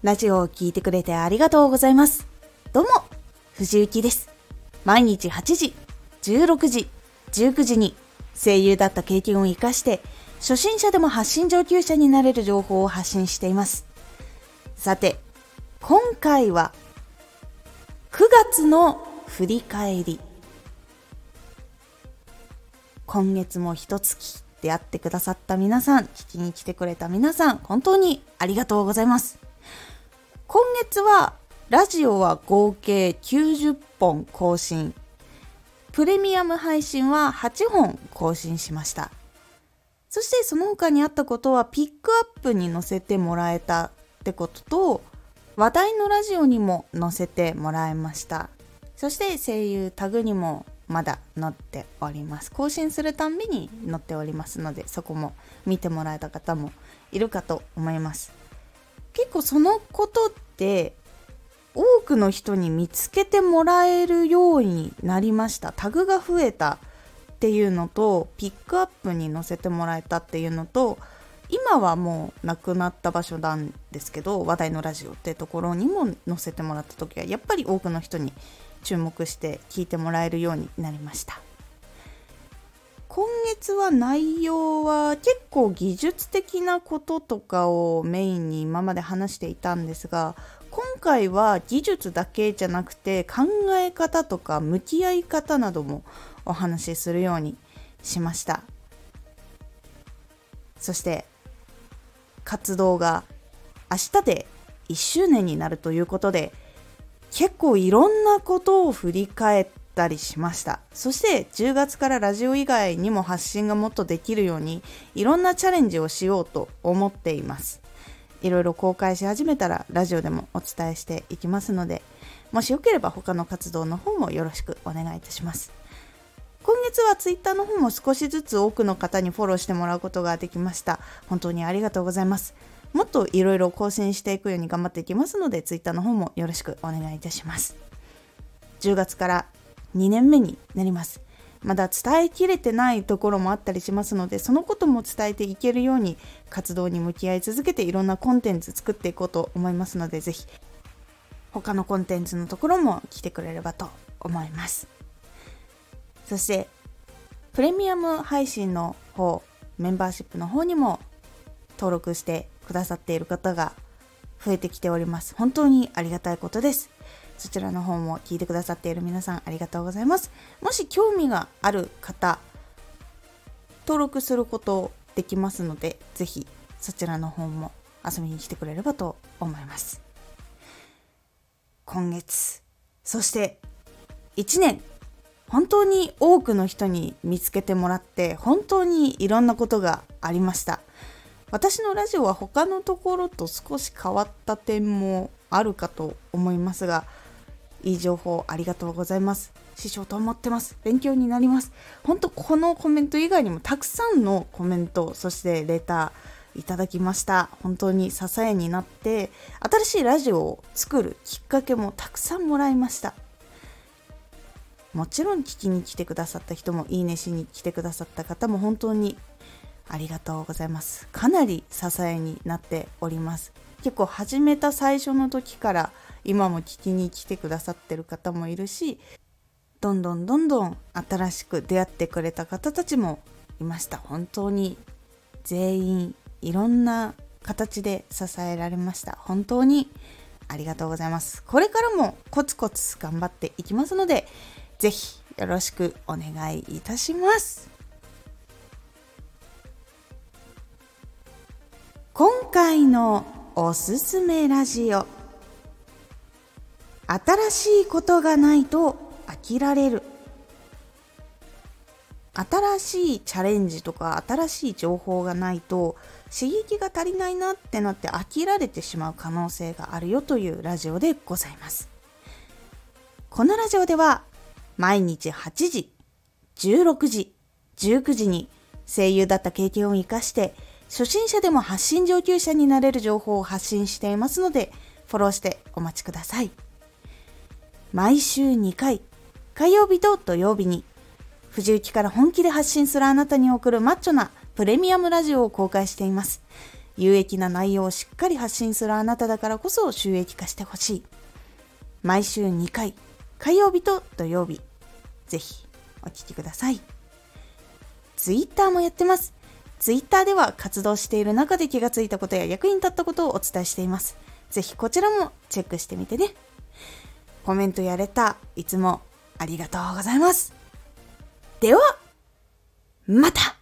ラジオを聞いてくれてありがとうございます。どうも、藤幸です。毎日8時、16時、19時に声優だった経験を生かして初心者でも発信上級者になれる情報を発信しています。さて、今回は9月の振り返り。今月も一月出会ってくださった皆さん、聞きに来てくれた皆さん、本当にありがとうございます。今月はラジオは合計90本更新、プレミアム配信は8本更新しました。そしてその他にあったことはピックアップに載せてもらえたってことと、話題のラジオにも載せてもらいました。そして声優タグにもまだ載っております。更新するたんびに載っておりますので、そこも見てもらえた方もいるかと思います。結構そのことって多くの人に見つけてもらえるようになりました。タグが増えたっていうのと、ピックアップに載せてもらえたっていうのと、今はもうなくなった場所なんですけど、話題のラジオってところにも載せてもらった時はやっぱり多くの人に注目して聞いてもらえるようになりました。今月は内容は結構技術的なこととかをメインに今まで話していたんですが、今回は技術だけじゃなくて考え方とか向き合い方などもお話しするようにしました。そして活動が明日で1周年になるということで、結構いろんなことを振り返ったりしました。そして10月からラジオ以外にも発信がもっとできるようにいろんなチャレンジをしようと思っています。いろいろ公開し始めたらラジオでもお伝えしていきますので、もしよければ他の活動の方もよろしくお願いいたします。今月はツイッターの方も少しずつ多くの方にフォローしてもらうことができました。本当にありがとうございます。もっといろいろ更新していくように頑張っていきますので、ツイッターの方もよろしくお願いいたします。10月から2年目になります。まだ伝えきれてないところもあったりしますので、そのことも伝えていけるように活動に向き合い続けていろんなコンテンツ作っていこうと思いますので、ぜひ他のコンテンツのところも来てくれればと思います。そしてプレミアム配信の方、メンバーシップの方にも登録してくださっている方が増えてきております。本当にありがたいことです。そちらの方も聞いてくださっている皆さん、ありがとうございます。もし興味がある方、登録することできますので、ぜひそちらの方も遊びに来てくれればと思います。今月、そして1年、本当に多くの人に見つけてもらって、本当にいろんなことがありました。私のラジオは他のところと少し変わった点もあるかと思いますが、いい情報ありがとうございます。師匠と思ってます。勉強になります。本当このコメント以外にもたくさんのコメント、そしてレターいただきました。本当に支えになって、新しいラジオを作るきっかけもたくさんもらいました。もちろん聞きに来てくださった人も、いいねしに来てくださった方も本当にありがとうございます。かなり支えになっております。結構始めた最初の時から今も聞きに来てくださってる方もいるし、どんどん新しく出会ってくれた方たちもいました。本当に全員いろんな形で支えられました。本当にありがとうございます。これからもコツコツ頑張っていきますので、ぜひよろしくお願いいたします。今回のおすすめラジオ。新しいことがないと飽きられる。新しいチャレンジとか新しい情報がないと刺激が足りないなってなって飽きられてしまう可能性があるよというラジオでございます。このラジオでは毎日8時、16時、19時に声優だった経験を生かして初心者でも発信上級者になれる情報を発信していますので、フォローしてお待ちください。毎週2回、火曜日と土曜日に藤雪から本気で発信するあなたに送るマッチョなプレミアムラジオを公開しています。 有益な内容をしっかり発信するあなただからこそ収益化してほしい。毎週2回、火曜日と土曜日、ぜひお聞きください。ツイッターもやってます。ツイッターでは活動している中で気がついたことや役に立ったことをお伝えしています。ぜひこちらもチェックしてみてね。コメントやレター、いつもありがとうございます。では、また。